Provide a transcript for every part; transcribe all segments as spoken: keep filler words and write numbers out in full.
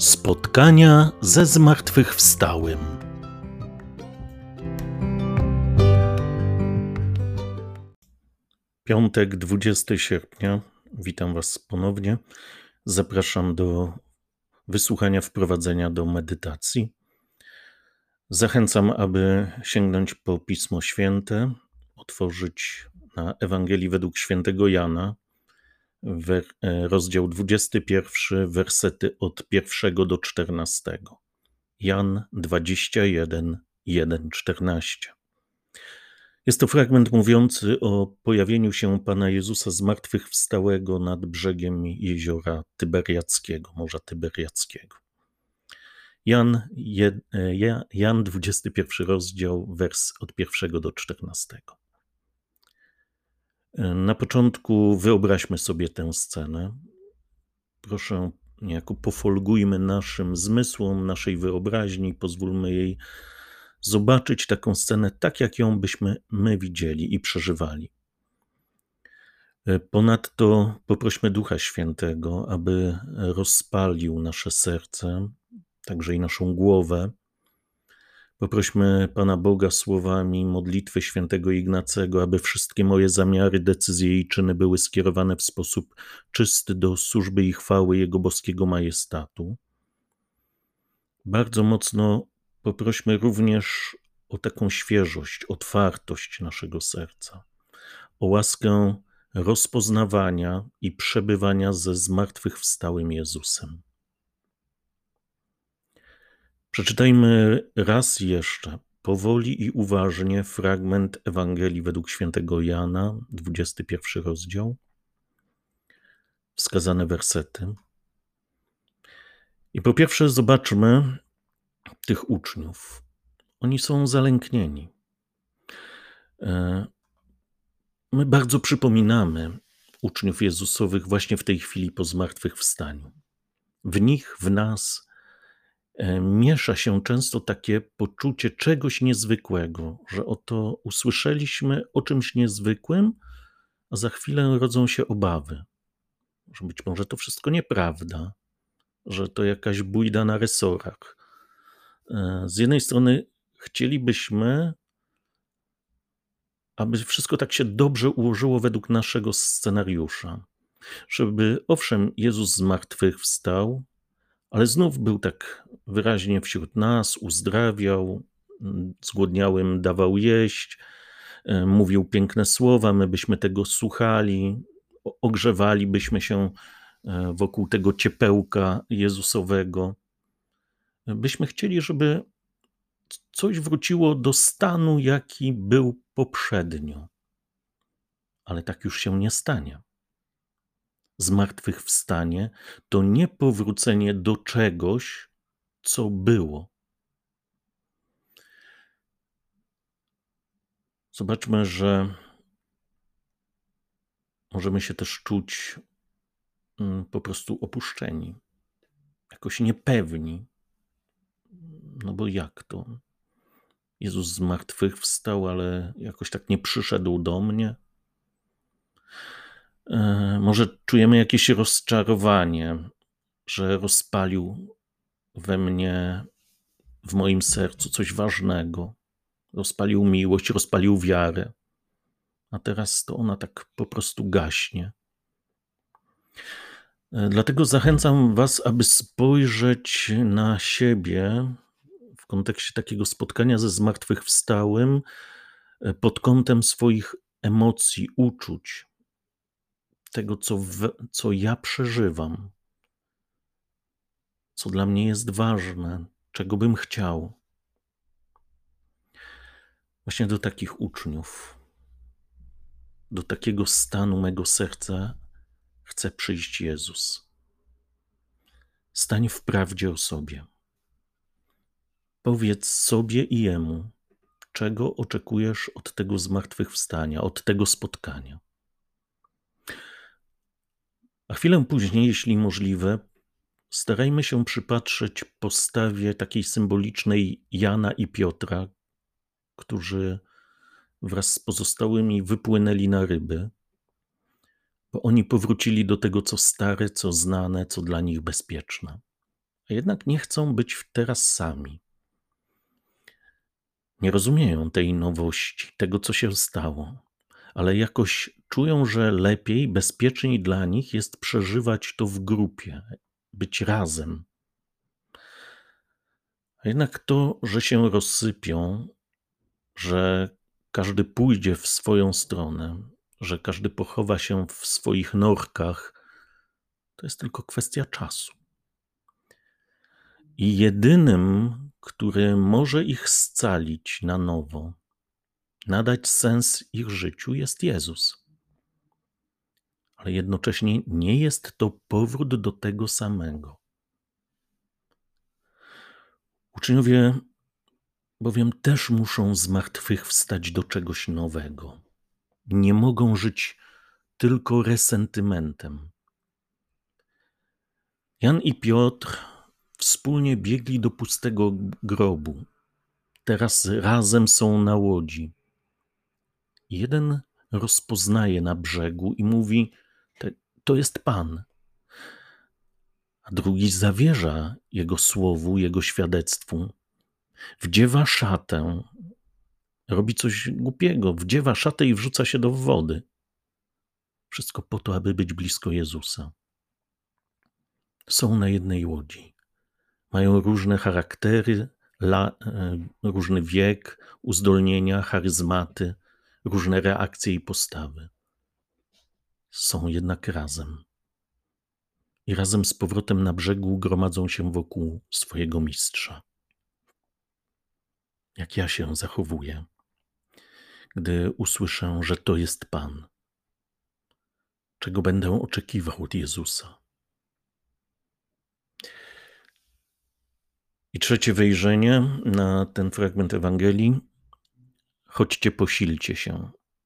Spotkania ze zmartwychwstałym. Piątek, dwudziestego sierpnia. Witam Was ponownie. Zapraszam do wysłuchania wprowadzenia do medytacji. Zachęcam, aby sięgnąć po Pismo Święte, otworzyć na Ewangelii według świętego Jana, wer- rozdział dwudziesty pierwszy, wersety od pierwszego do czternastego. Jan dwadzieścia jeden, jeden, czternaście. Jest to fragment mówiący o pojawieniu się Pana Jezusa zmartwychwstałego nad brzegiem jeziora Tyberiackiego, Morza Tyberiackiego. Jan, je, Jan dwudziesty pierwszy rozdział, wers od pierwszego do czternastego. Na początku wyobraźmy sobie tę scenę. Proszę, niejako pofolgujmy naszym zmysłom, naszej wyobraźni, pozwólmy jej zobaczyć taką scenę tak, jak ją byśmy my widzieli i przeżywali. Ponadto poprośmy Ducha Świętego, aby rozpalił nasze serce, także i naszą głowę. Poprośmy Pana Boga słowami modlitwy świętego Ignacego, aby wszystkie moje zamiary, decyzje i czyny były skierowane w sposób czysty do służby i chwały Jego boskiego majestatu. Bardzo mocno poprośmy również o taką świeżość, otwartość naszego serca, o łaskę rozpoznawania i przebywania ze zmartwychwstałym Jezusem. Przeczytajmy raz jeszcze, powoli i uważnie, fragment Ewangelii według świętego Jana, dwudziesty pierwszy rozdział, wskazane wersety. I po pierwsze zobaczmy tych uczniów. Oni są zalęknieni. My bardzo przypominamy uczniów Jezusowych właśnie w tej chwili po zmartwychwstaniu. W nich, w nas miesza się często takie poczucie czegoś niezwykłego, że oto usłyszeliśmy o czymś niezwykłym, a za chwilę rodzą się obawy, że być może to wszystko nieprawda, że to jakaś bójda na resorach. Z jednej strony chcielibyśmy, aby wszystko tak się dobrze ułożyło według naszego scenariusza, żeby owszem, Jezus zmartwychwstał, ale znów był tak wyraźnie wśród nas, uzdrawiał, zgłodniałym dawał jeść, mówił piękne słowa, my byśmy tego słuchali, ogrzewalibyśmy się wokół tego ciepełka Jezusowego. Byśmy chcieli, żeby coś wróciło do stanu, jaki był poprzednio. Ale tak już się nie stanie. Zmartwychwstanie to nie powrócenie do czegoś, co było. Zobaczmy, że możemy się też czuć po prostu opuszczeni, jakoś niepewni. No bo jak to? Jezus zmartwychwstał, ale jakoś tak nie przyszedł do mnie. Może czujemy jakieś rozczarowanie, że rozpalił we mnie, w moim sercu coś ważnego. Rozpalił miłość, rozpalił wiarę. A teraz to ona tak po prostu gaśnie. Dlatego zachęcam Was, aby spojrzeć na siebie w kontekście takiego spotkania ze zmartwychwstałym pod kątem swoich emocji, uczuć, tego, co, w, co ja przeżywam, co dla mnie jest ważne, czego bym chciał. Właśnie do takich uczniów, do takiego stanu mego serca chce przyjść Jezus. Stań w prawdzie o sobie. Powiedz sobie i Jemu, czego oczekujesz od tego zmartwychwstania, od tego spotkania. A chwilę później, jeśli możliwe, starajmy się przypatrzeć postawie takiej symbolicznej Jana i Piotra, którzy wraz z pozostałymi wypłynęli na ryby, bo oni powrócili do tego, co stare, co znane, co dla nich bezpieczne. a jednak nie chcą być teraz sami. Nie rozumieją tej nowości, tego, co się stało, ale jakoś czują, że lepiej, bezpieczniej dla nich jest przeżywać to w grupie, być razem. A jednak to, że się rozsypią, że każdy pójdzie w swoją stronę, że każdy pochowa się w swoich norkach, to jest tylko kwestia czasu. I jedynym, który może ich scalić na nowo, nadać sens ich życiu, jest Jezus. Ale jednocześnie nie jest to powrót do tego samego. Uczniowie bowiem też muszą zmartwychwstać do czegoś nowego. Nie mogą żyć tylko resentymentem. Jan i Piotr wspólnie biegli do pustego grobu. Teraz razem są na łodzi. Jeden rozpoznaje na brzegu i mówi: to jest Pan. A drugi zawierza Jego słowu, Jego świadectwu. Wdziewa szatę, robi coś głupiego, wdziewa szatę i wrzuca się do wody. Wszystko po to, aby być blisko Jezusa. Są na jednej łodzi. Mają różne charaktery, la, różny wiek, uzdolnienia, charyzmaty, różne reakcje i postawy. Są jednak razem. I razem z powrotem na brzegu gromadzą się wokół swojego mistrza. Jak ja się zachowuję, gdy usłyszę, że to jest Pan? Czego będę oczekiwał od Jezusa? I trzecie wejrzenie na ten fragment Ewangelii. Chodźcie, posilcie się.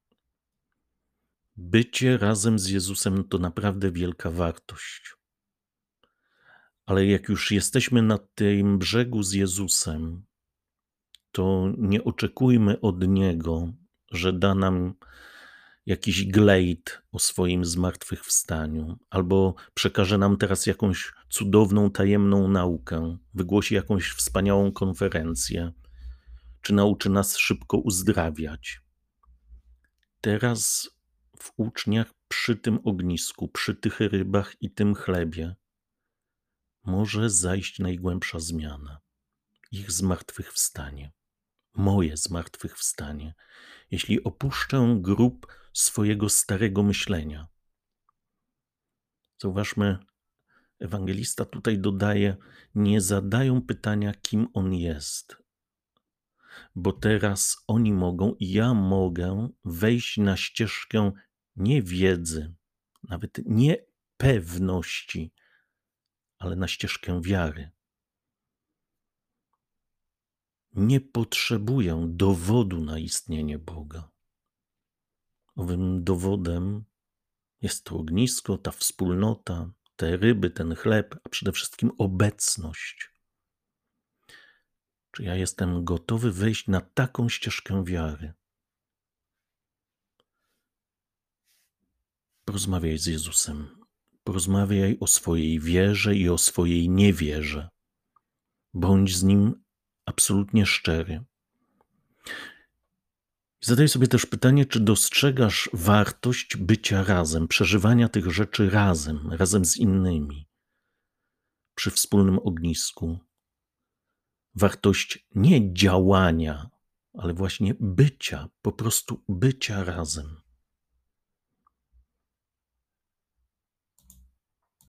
Bycie razem z Jezusem to naprawdę wielka wartość. Ale jak już jesteśmy na tym brzegu z Jezusem, to nie oczekujmy od Niego, że da nam jakiś glejt o swoim zmartwychwstaniu, albo przekaże nam teraz jakąś cudowną, tajemną naukę, wygłosi jakąś wspaniałą konferencję, czy nauczy nas szybko uzdrawiać. Teraz w uczniach przy tym ognisku, przy tych rybach i tym chlebie może zajść najgłębsza zmiana. Ich zmartwychwstanie. Moje zmartwychwstanie. Jeśli opuszczę grób swojego starego myślenia. Zauważmy, ewangelista tutaj dodaje, nie zadają pytania, kim on jest. Bo teraz oni mogą i ja mogę wejść na ścieżkę nie wiedzy, nawet nie pewności, ale na ścieżkę wiary. Nie potrzebuję dowodu na istnienie Boga. Owym dowodem jest to ognisko, ta wspólnota, te ryby, ten chleb, a przede wszystkim obecność. Czy ja jestem gotowy wejść na taką ścieżkę wiary? Porozmawiaj z Jezusem. Porozmawiaj o swojej wierze i o swojej niewierze. Bądź z Nim absolutnie szczery. Zadaj sobie też pytanie, czy dostrzegasz wartość bycia razem, przeżywania tych rzeczy razem, razem z innymi, przy wspólnym ognisku. Wartość nie działania, ale właśnie bycia, po prostu bycia razem.